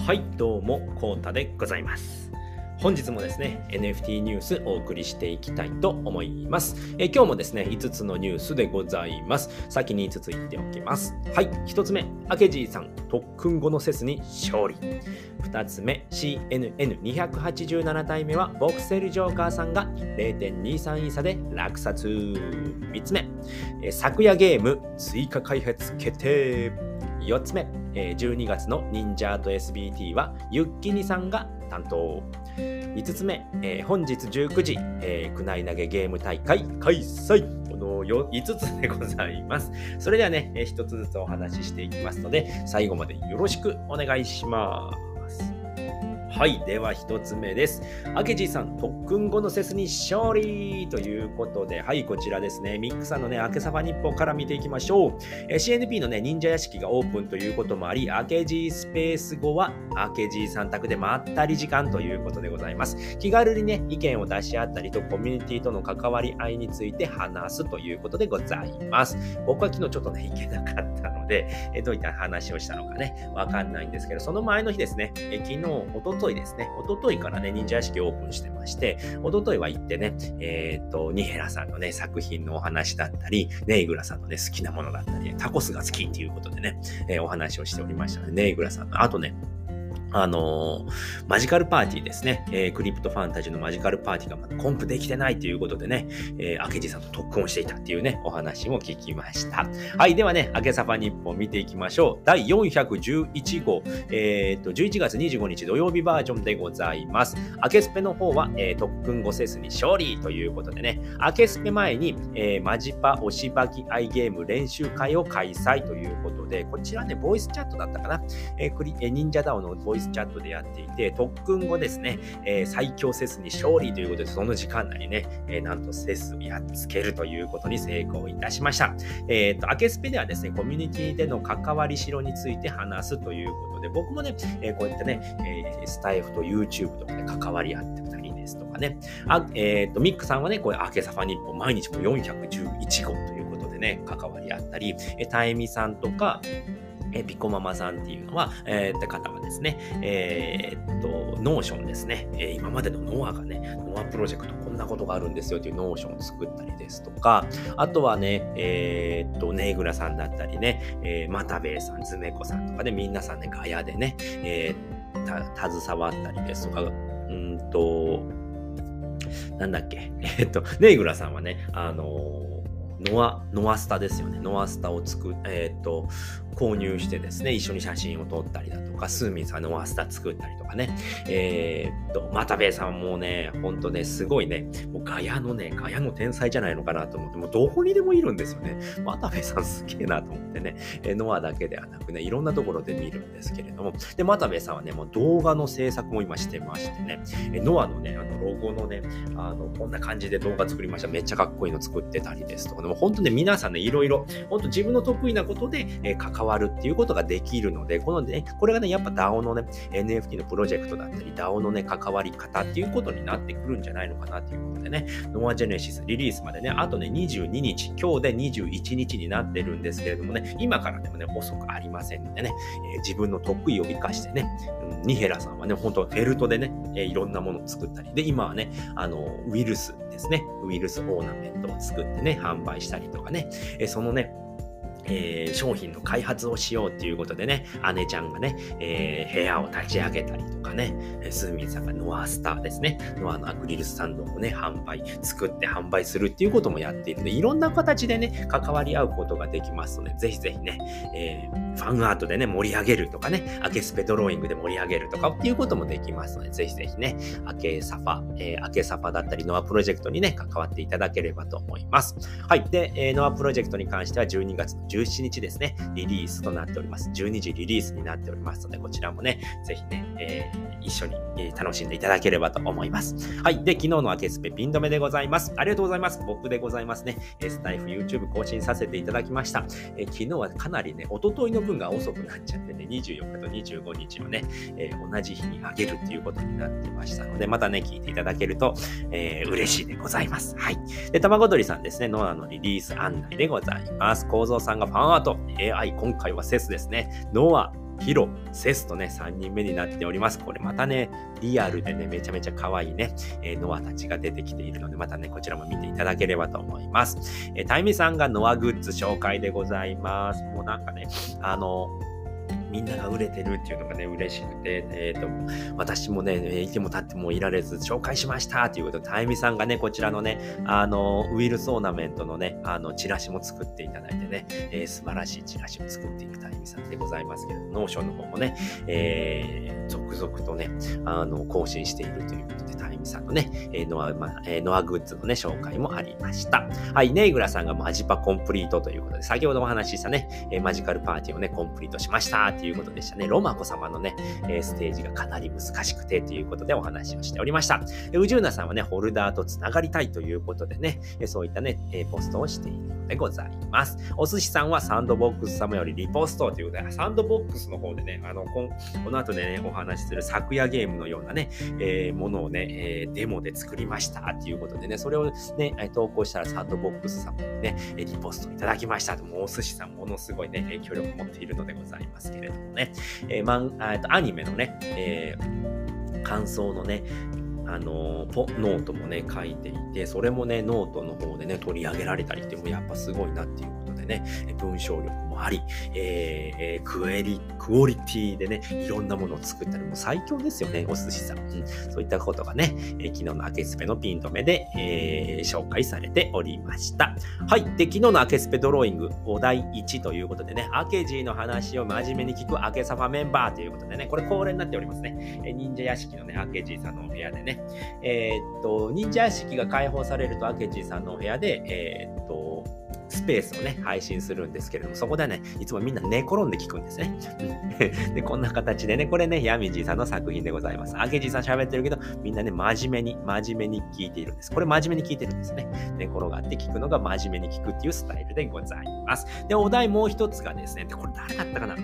はい、どうも、こうたでございます。本日もですね、NFT ニュースお送りしていきたいと思います。今日もですね、5つのニュースでございます。先に5つ言っておきます。はい、1つ目、アケジーさん、特訓後のセスに勝利。2つ目、CNN287 体目はボクセルジョーカーさんが 0.23 イーサで落札。3つ目、昨夜ゲーム追加開発決定。4つ目、12月の忍者アート SBT はユッキニさんが担当。5つ目、本日19時、区内投げゲーム大会開催。この5つでございます。それではね、1つずつお話ししていきますので、最後までよろしくお願いします。はい。では1つ目です。アケジーさん、特訓後のセスに勝利ということで、はい、こちらですね。ミックさんのね、アケサファ日報から見ていきましょう。CNP のね、忍者屋敷がオープンということもあり、アケジースペース後は、アケジーさん宅でまったり時間ということでございます。気軽にね、意見を出し合ったりと、コミュニティとの関わり合いについて話すということでございます。僕は昨日ちょっとね、行けなかったので、どういった話をしたのかね、わかんないんですけど、その前の日ですね、昨日、おとといですね、おとといからね、忍者屋敷オープンしてまして、おとといは行ってね、ニヘラさんのね、作品のお話だったり、ネイグラさんのね、好きなものだったり、タコスが好きっていうことでね、お話をしておりましたね。ネイグラさんの、あとね、マジカルパーティーですね。クリプトファンタジーのマジカルパーティーがまだコンプできてないということでね、アケジさんと特訓をしていたっていうね、お話も聞きました。はい。ではね、アケサファ日報見ていきましょう。第411号、11月25日土曜日バージョンでございます。アケスペの方は、特訓後セスに勝利ということでね、アケスペ前に、マジパ押しばきアイゲーム練習会を開催ということで、こちらね、ボイスチャットだったかな。忍者ダオのボイスチャットでやっていて、特訓後ですね、最強セスに勝利ということで、その時間内にね、なんとセスをやっつけるということに成功いたしました。アケスペではですね、コミュニティでの関わりしろについて話すということで、僕もね、こういったね、スタイフと YouTube とかで関わり合ってたりですとかね、ミックさんはね、これアケサファ日報毎日も411号ということでね、関わり合ったり、タエミさんとか、ピコママさんっていうのは、って方はですね、ノーションですね、今までのノアがね、ノアプロジェクトこんなことがあるんですよっていうノーションを作ったりですとか、あとはね、ネイグラさんだったりね、マタベイさん、ズメコさんとかで、皆さんね、ガヤでね、携わったりですとか、なんだっけ、ネイグラさんはね、ノアスタですよね。ノアスタを購入してですね、一緒に写真を撮ったりだとか、スーミンさんノアスタ作ったりとかね、マタベイさんもね、ほんとね、すごいね、もうガヤの天才じゃないのかなと思って、もうどこにでもいるんですよね。マタベイさんすげえなと思ってね、ノアだけではなくね、いろんなところで見るんですけれども、で、マタベイさんはね、もう動画の制作も今してましてね、ノアのね、ロゴのね、こんな感じで動画作りました。めっちゃかっこいいの作ってたりですとか、でも本当ね、皆さんね、いろいろ、本当自分の得意なことで、関わるっていうことができるので、これがね、やっぱ DAO のね、NFT のプロジェクトだったり、DAO のね、関わり方っていうことになってくるんじゃないのかなっていうことでね、ノアジェネシスリリースまでね、あとね、22日、今日で21日になってるんですけれどもね、今からでもね、遅くありませんのでね、自分の得意を生かしてね、ニヘラさんはね、本当フェルトでね、いろんなものを作ったり、で、今はね、ウィルスですね、ウィルスオーナメントを作ってね、販売したりとかね、そのね、商品の開発をしようっていうことでね、姉ちゃんがね、部屋を立ち上げたりとかね、スーミンさんがノアスターですね、ノアのアクリルスタンドをね、作って販売するっていうこともやっているので、いろんな形でね、関わり合うことができますので、ぜひぜひね、ファンアートでね、盛り上げるとかね、アケスペドローイングで盛り上げるとかっていうこともできますので、ぜひぜひね、アケサファだったり、ノアプロジェクトにね、関わっていただければと思います。はい。で、ノアプロジェクトに関しては12月の17日ですね、リリースとなっております。12時リリースになっておりますので、こちらもね、ぜひね、一緒に楽しんでいただければと思います。はい。で、昨日のアケスペピン止めでございます。ありがとうございます。僕でございますね。スタイフ YouTube 更新させていただきました。昨日はかなりね、一昨日の分が遅くなっちゃってね、24日と25日をね、同じ日に上げるっていうことになってましたので、またね、聞いていただけると、嬉しいでございます。はい。で、卵鳥さんですね、ノアのリリース案内でございます。構造さんがファンアート、AI、今回はセスですね。ノア、 ヒロ、セスとね、3人目になっております。これまたね、リアルでね、めちゃめちゃ可愛いね、ノアたちが出てきているので、またね、こちらも見ていただければと思います。タイミさんがノアグッズ紹介でございます。もうなんかね、みんなが売れてるっていうのがね、嬉しくて、私もね、いても立ってもいられず紹介しましたということで、タイミさんがね、こちらのね、ウイルスオーナメントのね、チラシも作っていただいてね、素晴らしいチラシを作っていくタイミさんでございますけれども、ノーションの方もね、続々とね、更新しているということで、タイミさんのね、ノアグッズのね、紹介もありました。はい、ネイグラさんがマジパコンプリートということで、先ほどお話ししたね、マジカルパーティーをね、コンプリートしましたということでしたね。ロマコ様のね、ステージがかなり難しくてということでお話をしておりました。ウジューナさんはね、ホルダーとつながりたいということでね、そういったね、ポストをしているのでございます。お寿司さんはサンドボックス様よりリポストということで、サンドボックスの方でね、この後でね、お話しする昨夜ゲームのようなね、ものをね、デモで作りましたということでね、それをね、投稿したらサンドボックス様にね、リポストいただきましたと。もうお寿司さんものすごいね、影響力を持っているのでございますけれどもね、アニメのね、感想のね、ノートもね、書いていて、それもね、ノートの方でね、取り上げられたりってもやっぱすごいなっていうことでね、文章力もあり、クオリティでね、いろんなものを作ったり、もう最強ですよね、お寿司さん。そういったことがね、昨日の明けスペのピン止めで、紹介されておりました。はい。で、昨日の明けスペドローイング、お題1ということでね、アケジーの話を真面目に聞くアケサファメンバーということでね、これ恒例になっておりますね。忍者屋敷のね、アケジーさんのお部屋でね、忍者屋敷が開放されると、アケジーさんのお部屋で、スペースをね、配信するんですけれども、そこではね、いつもみんな寝転んで聞くんですね。で、こんな形でね、これね、ヤミジーさんの作品でございます。アケジーさん喋ってるけど、みんなね、真面目に聞いているんです。これ真面目に聞いてるんですね。寝転がって聞くのが真面目に聞くっていうスタイルでございます。で、お題もう一つがですね、これ誰だったかな？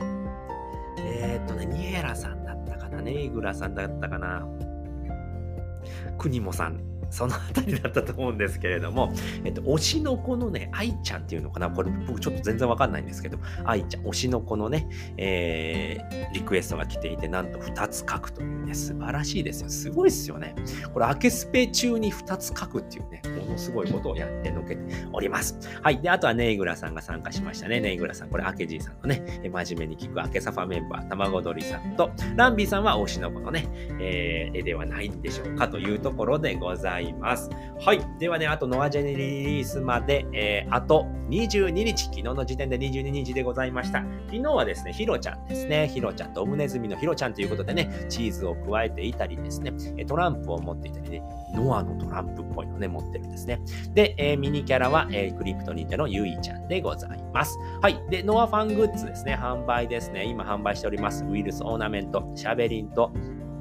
ニヘラさんだったかな？ネイグラさんだったかな？クニモさん、そのあたりだったと思うんですけれども、推しの子のね、愛ちゃんっていうのかな、これ僕ちょっと全然わかんないんですけど、愛ちゃん、推しの子のね、リクエストが来ていて、なんと2つ書くというね、素晴らしいですよ。すごいですよね。これ、明けスペ中に2つ書くっていうね、ものすごいことをやってのけております。はい。で、あとはネイグラさんが参加しましたね。ネイグラさん、これ、アケジーさんのね、真面目に聞くアケサファメンバー、卵鳥さんと、ランビーさんは推しの子のね、絵ではないんでしょうかというところでございます。はい。ではね、あとノアジェネリリースまで、あと22日、昨日の時点で22日でございました。昨日はですね、ヒロちゃんですね。ヒロちゃんとオムネズミのヒロちゃんということでね、チーズを加えていたりですね、トランプを持っていたりね、ノアのトランプっぽいのね、持ってるんですね。で、ミニキャラは、クリプト忍者のユイちゃんでございます。はい。で、ノアファングッズですね、販売ですね。今販売しております。ウイルスオーナメント、シャベリンと、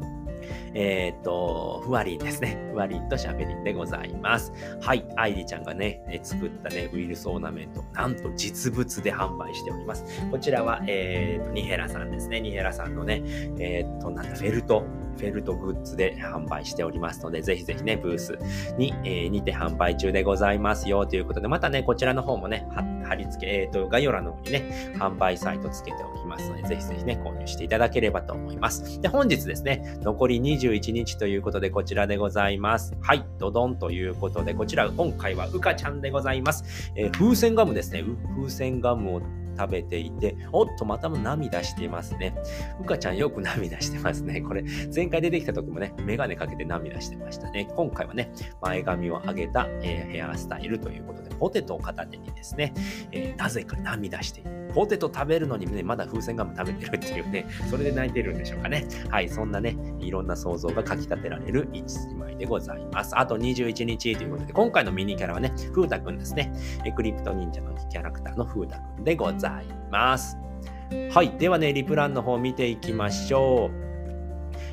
フワリンですね。フワリンとシャベリンでございます。はい。アイリちゃんがね、作ったね、ウイルスオーナメント、なんと実物で販売しております。こちらは、ニヘラさんですね。ニヘラさんのね、なんだ、フェルトグッズで販売しておりますので、ぜひぜひね、ブースに、にて販売中でございますよということで、またね、こちらの方もね、貼り付け、概要欄の方にね、販売サイトつけておきますので、ぜひぜひね、購入していただければと思います。で、本日ですね、残り21日ということで、こちらでございます。はい、ドドンということで、こちら、今回はウカちゃんでございます。風船ガムですね。風船ガムを食べていて、おっと、またも涙していますね。うかちゃんよく涙してますね。これ、前回出てきた時もね、メガネかけて涙してましたね。今回はね、前髪を上げた、ヘアスタイルということで、ポテトを片手にですね、なぜか涙している。ポテト食べるのにね、まだ風船ガム食べてるっていうね、それで泣いてるんでしょうかね。はい、そんなね、いろんな想像がかき立てられる一枚でございます。あと21日ということで、今回のミニキャラはね、風太くんですね。クリプト忍者のキャラクターの風太くんでございます。はい、ではね、リプランの方見ていきましょう。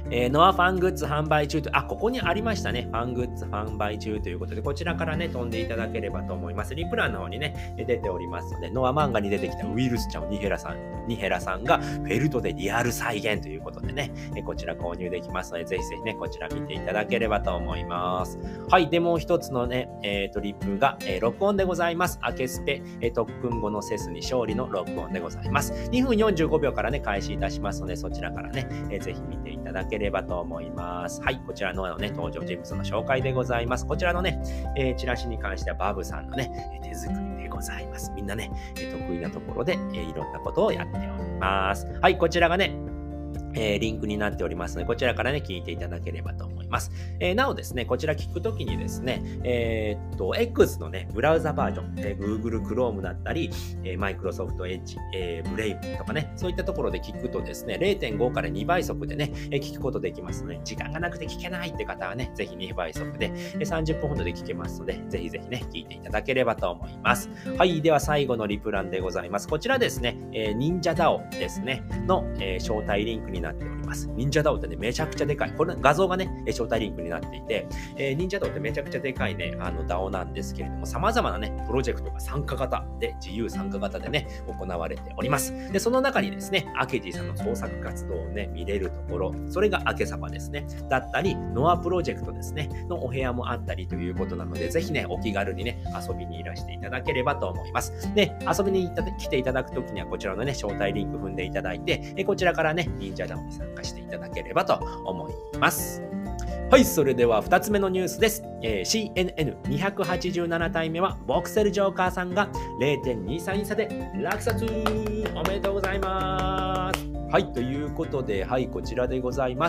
ノアファングッズ販売中と、ここにありましたね。ファングッズ販売中ということで、こちらからね、飛んでいただければと思います。リプランの方にね、出ておりますので、ノア漫画に出てきたウイルスちゃんをニヘラさんがフェルトでリアル再現ということでね、こちら購入できますので、ぜひぜひね、こちら見ていただければと思います。はい。で、もう一つのね、リプが、録音でございます。アケスペ、特訓後のセスに勝利の録音でございます。2分45秒からね、開始いたしますので、そちらからね、ぜひ見ていただければと思います。はい。こちらのね、登場人物の紹介でございます。こちらのね、チラシに関してはバブさんのね、手作りでございます。みんなね、得意なところで、いろんなことをやっております。はい。こちらがね、リンクになっておりますので、こちらからね、聞いていただければと思います。なおですね、こちら聞くときにですね、X のね、ブラウザバージョン、Google Chrome だったり、Microsoft Edge、Brave とかね、そういったところで聞くとですね、0.5 から2倍速でね、聞くことできますので、時間がなくて聞けないって方はね、ぜひ2倍速で、30分ほどで聞けますので、ぜひぜひね、聞いていただければと思います。はい、では最後のリプランでございます。こちらですね、忍者 DAO ですね、の、招待リンクになっております。忍者 DAO ってね、めちゃくちゃでかい。これ画像がね、招待リンクになっていて、忍者 DAO ってめちゃくちゃでかいね、DAO なんですけれども、様々なね、プロジェクトが参加型で、自由参加型でね、行われております。で、その中にですね、アケジーさんの創作活動をね、見れるところ、それがアケサバですね。だったり、ノアプロジェクトですね、のお部屋もあったりということなので、ぜひね、お気軽にね、遊びにいらしていただければと思います。で、遊びに来ていただくときには、こちらのね、招待リンク踏んでいただいて、こちらからね、忍者 DAO に参加していただければと思います。はい、それでは2つ目のニュースです。CNN287 体目はボクセルジョーカーさんが 0.23 差で落札。おめでとうございます。はい、ということで、はい、こちらでございます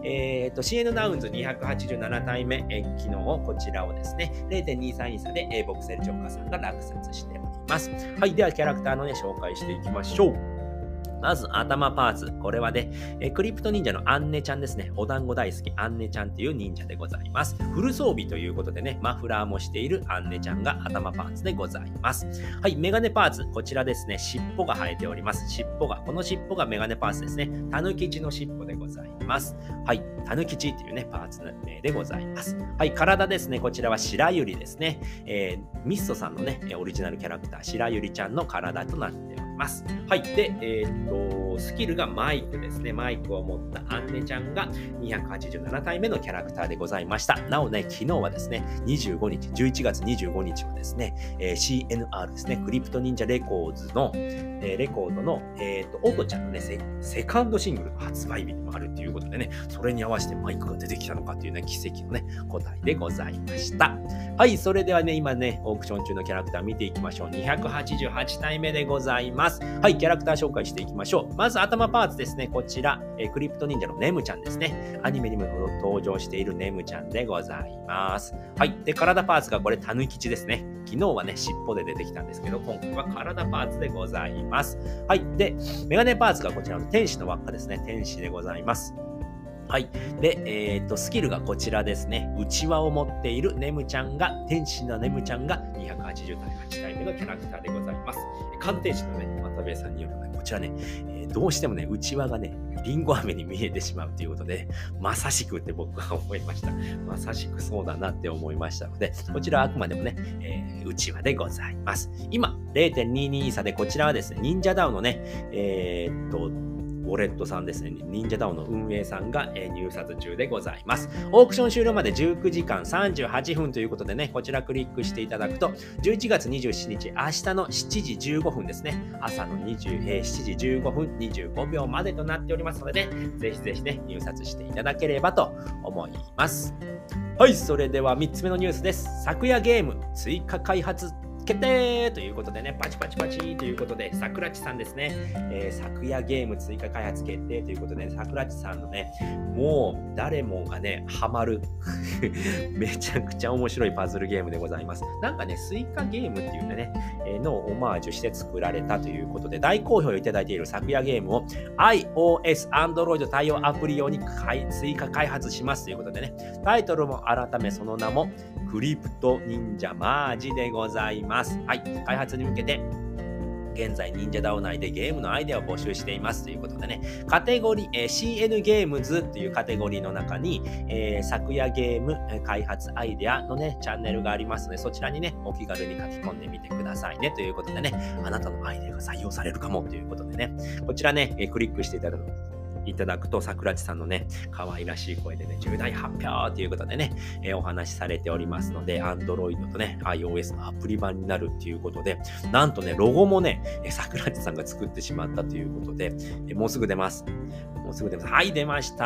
。CN ナウンズ287体目、昨日こちらをですね、0.23 差で、ボクセルジョーカーさんが落札しております。はい、ではキャラクターのね、紹介していきましょう。まず頭パーツ。これはね、クリプト忍者のアンネちゃんですね。お団子大好きアンネちゃんっていう忍者でございます。フル装備ということでね、マフラーもしているアンネちゃんが頭パーツでございます。はい、メガネパーツ。こちらですね、尻尾が生えております。この尻尾がメガネパーツですね。タヌキチの尻尾でございます。はい、タヌキチっていうね、パーツ名でございます。はい、体ですね。こちらは白百合ですね。ミストさんのね、オリジナルキャラクター、白百合ちゃんの体となっております。はい。で、スキルがマイクですね。マイクを持ったアンネちゃんが287体目のキャラクターでございました。なおね、昨日はですね、11月25日はですね、CNR ですね、クリプト忍者レコードの、オートちゃんのね、セカンドシングルの発売日でもあるということでね、それに合わせてマイクが出てきたのかというね、奇跡のね、答えでございました。はい、それではね、今ね、オークション中のキャラクター見ていきましょう。288体目でございます。はい、キャラクター紹介していきましょう。まず頭パーツですね。こちら、クリプト忍者のネムちゃんですね。アニメにも登場しているネムちゃんでございます。はい。で、体パーツがこれ、タヌキチですね。昨日はね、尻尾で出てきたんですけど、今回は体パーツでございます。はい。で、メガネパーツがこちらの天使の輪っかですね。天使でございます。はい。で、スキルがこちらですね。内輪を持っているネムちゃんが、天使のネムちゃんが288体目のキャラクターでございます。鑑定士のね、渡部さんによるとね、こちらね、どうしてもね、内輪がね、リンゴ飴に見えてしまうということで、まさしくって僕は思いました。まさしくそうだなって思いましたので、こちらはあくまでもね、内輪でございます。今、0.22 差でこちらはですね、忍者ダウのね、ウォレットさんですね、忍者ダウの運営さんが入札中でございます。オークション終了まで19時間38分ということでね、こちらクリックしていただくと、11月27日、明日の7時15分ですね、朝の7時15分25秒までとなっておりますのでね、ぜひぜひね、入札していただければと思います。はい、それでは3つ目のニュースです。昨夜ゲーム追加開発決定ということでね、パチパチパチということで、桜地さんですね、昨夜ゲーム追加開発決定ということで、桜地さんのね、もう誰もがね、ハマるめちゃくちゃ面白いパズルゲームでございます。なんかね、スイカゲームっていうね、のをオマージュして作られたということで、大好評をいただいている昨夜ゲームを iOS、Android 対応アプリ用に追加開発しますということでね、タイトルも改めその名もクリプト忍者マージでございます。はい、開発に向けて現在忍者ダオ内でゲームのアイデアを募集していますということでね、カテゴリー、CN ゲームズというカテゴリーの中に、昨夜ゲーム開発アイデアのね、チャンネルがありますので、そちらにね、お気軽に書き込んでみてくださいねということでね、あなたのアイデアが採用されるかもということでね、こちらね、クリックしていただくと、桜地さんのね、可愛らしい声でね、重大発表ということでね、お話しされておりますので、Android とね、iOS のアプリ版になるっていうことで、なんとね、ロゴもね、桜地さんが作ってしまったということで、もうすぐ出ます。はい、出ました。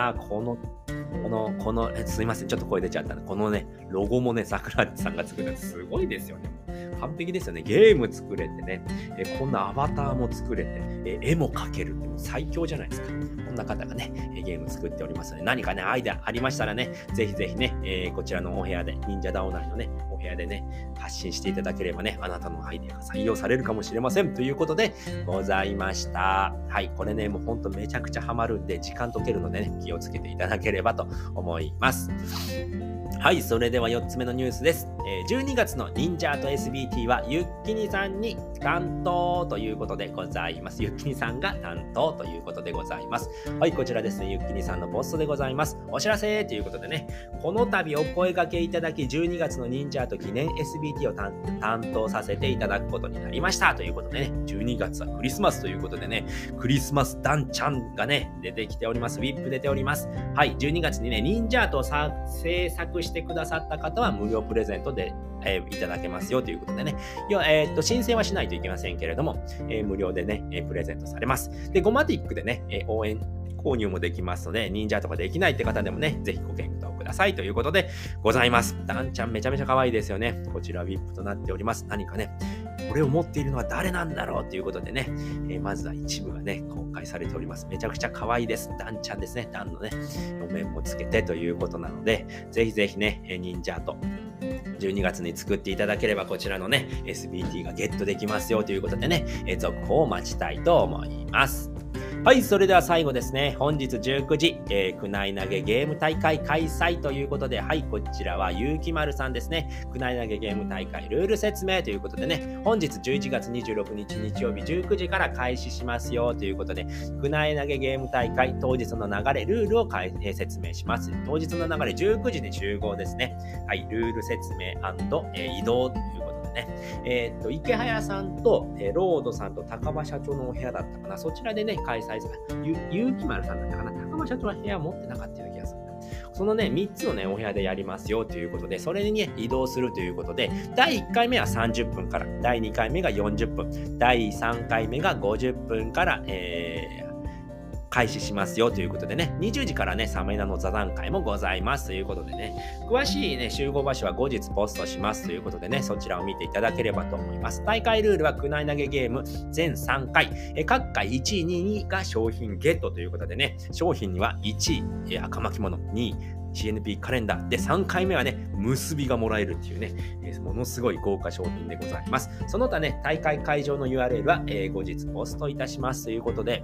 すいません、ちょっと声出ちゃったね。このね、ロゴもね、桜地さんが作ったすごいですよね。完璧ですよね。ゲーム作れてね、こんなアバターも作れて、絵も描けるってもう最強じゃないですか。こんな方がね、ゲーム作っておりますので、何かね、アイデアありましたらね、ぜひぜひね、こちらのお部屋で、忍者ダオ内のね、お部屋でね、発信していただければね、あなたのアイデアが採用されるかもしれませんということでございました。はい、これね、もうほんとめちゃくちゃハマるんで、時間解けるのでね、気をつけていただければと思います。はい、それでは4つ目のニュースです。12月の忍者と SBT はゆっきにさんに担当ということでございます。ゆっきにさんが担当ということでございます。はい、こちらですね、ゆっきにさんのポストでございます。お知らせということでね、この度お声掛けいただき、12月の忍者と記念 SBT を担当させていただくことになりましたということでね、12月はクリスマスということでね、クリスマスダンちゃんがね、出てきております。VIP 出ております。はい、12月にね、忍者と制作してくださった方は無料プレゼントでいただけますよということでね、申請はしないといけませんけれども、無料でね、プレゼントされます。で、ゴマティックでね、応援購入もできますので、忍者とかできないって方でもね、ぜひご検討くださいということでございます。ダンちゃんめちゃめちゃ可愛いですよね。こちら VIP となっております。何かね、これを持っているのは誰なんだろうということでね、まずは一部がね、公開されております。めちゃくちゃ可愛いです。ダンちゃんですね。ダンのね、お面もつけてということなので、ぜひぜひね、忍者と12月に作っていただければこちらのね SBT がゲットできますよということでね、続報を待ちたいと思います。はい、それでは最後ですね、本日19時、くない投げゲーム大会開催ということで、はい、こちらはゆうきまるさんですね。くない投げゲーム大会ルール説明ということでね、本日11月26日日曜日19時から開始しますよということで、くない投げゲーム大会当日の流れ、ルールを説明します。当日の流れ19時に集合ですね。はい、ルール説明&移動ということでね、池早さんと、ロードさんと高場社長のお部屋だったかな。そちらでね、開催する。ゆうきまるさんだったかな。高場社長は部屋持ってなかったような気がする。そのね、3つのね、お部屋でやりますよということで、それにね、移動するということで、第1回目は30分から、第2回目が40分、第3回目が50分から、開始しますよということでね、20時からね、サメナの座談会もございますということでね、詳しいね、集合場所は後日ポストしますということでね、そちらを見ていただければと思います。大会ルールはくない投げゲーム全3回、各回1位、2位が商品ゲットということでね、商品には1位、赤巻物、2位、CNP カレンダーで3回目はね、結びがもらえるっていうね、ものすごい豪華商品でございます。その他ね、大会会場の URL は、後日ポストいたしますということで、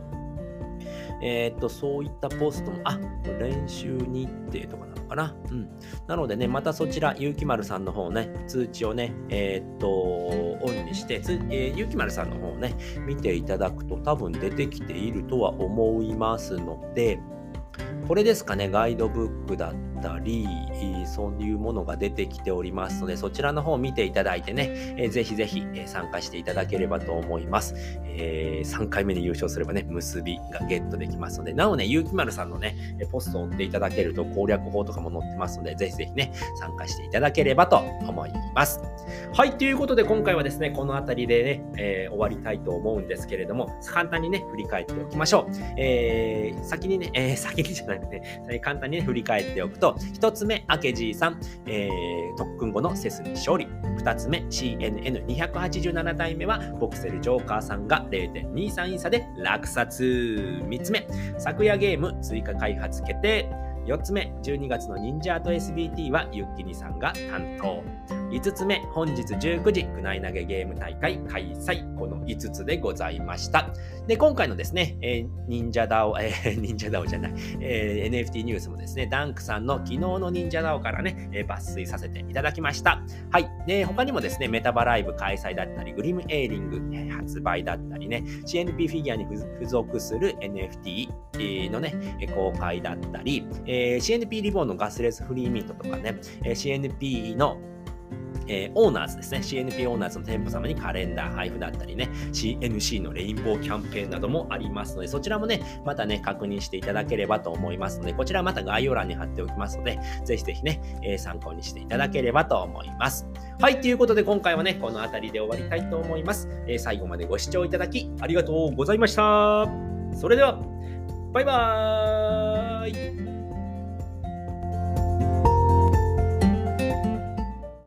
そういったポストも、練習日程とかなのかな。なのでね、またそちら、ゆうきまるさんの方ね、通知をね、オンにして、ゆうきまるさんの方をね、見ていただくと多分出てきているとは思いますので、これですかね、ガイドブックだったり、そういうものが出てきておりますので、そちらの方を見ていただいてね、ぜひぜひ参加していただければと思います。3回目に優勝すればね、結びがゲットできますので、なおね、ゆうきまるさんのね、ポストを追っていただけると攻略法とかも載ってますので、ぜひぜひね、参加していただければと思います。はい、ということで今回はですね、このあたりでね、終わりたいと思うんですけれども、簡単にね、振り返っておきましょう。先にじゃなくて、簡単にね、振り返っておくと、1つ目、明治さん、特訓後のセスに勝利。2つ目、CNN287 体目は、ボクセルジョーカーさんが 0.23 差で落札。3つ目、昨夜ゲーム追加開発決定。4つ目、12月の忍者アート SBT はユッキニさんが担当。 5つ目、本日19時、区内投げゲーム大会開催。この5つでございました。で、今回のですね、忍者DAO じゃない、NFT ニュースもですね、ダンクさんの昨日の忍者 DAO からね、抜粋させていただきました。はい。で、他にもですね、メタバライブ開催だったり、グリムエーリング、発売だったりね、CNP フィギュアに付属する NFT のね、公開だったり、CNP リボンのガスレスフリーミートとかね、CNP のオーナーズですね。CNP オーナーズの店舗様にカレンダー配布だったりね、CNC のレインボーキャンペーンなどもありますので、そちらもね、またね、確認していただければと思いますので、こちらまた概要欄に貼っておきますので、ぜひぜひね、参考にしていただければと思います。はい、ということで今回はね、この辺りで終わりたいと思います。最後までご視聴いただきありがとうございました。それでは、バイバーイ。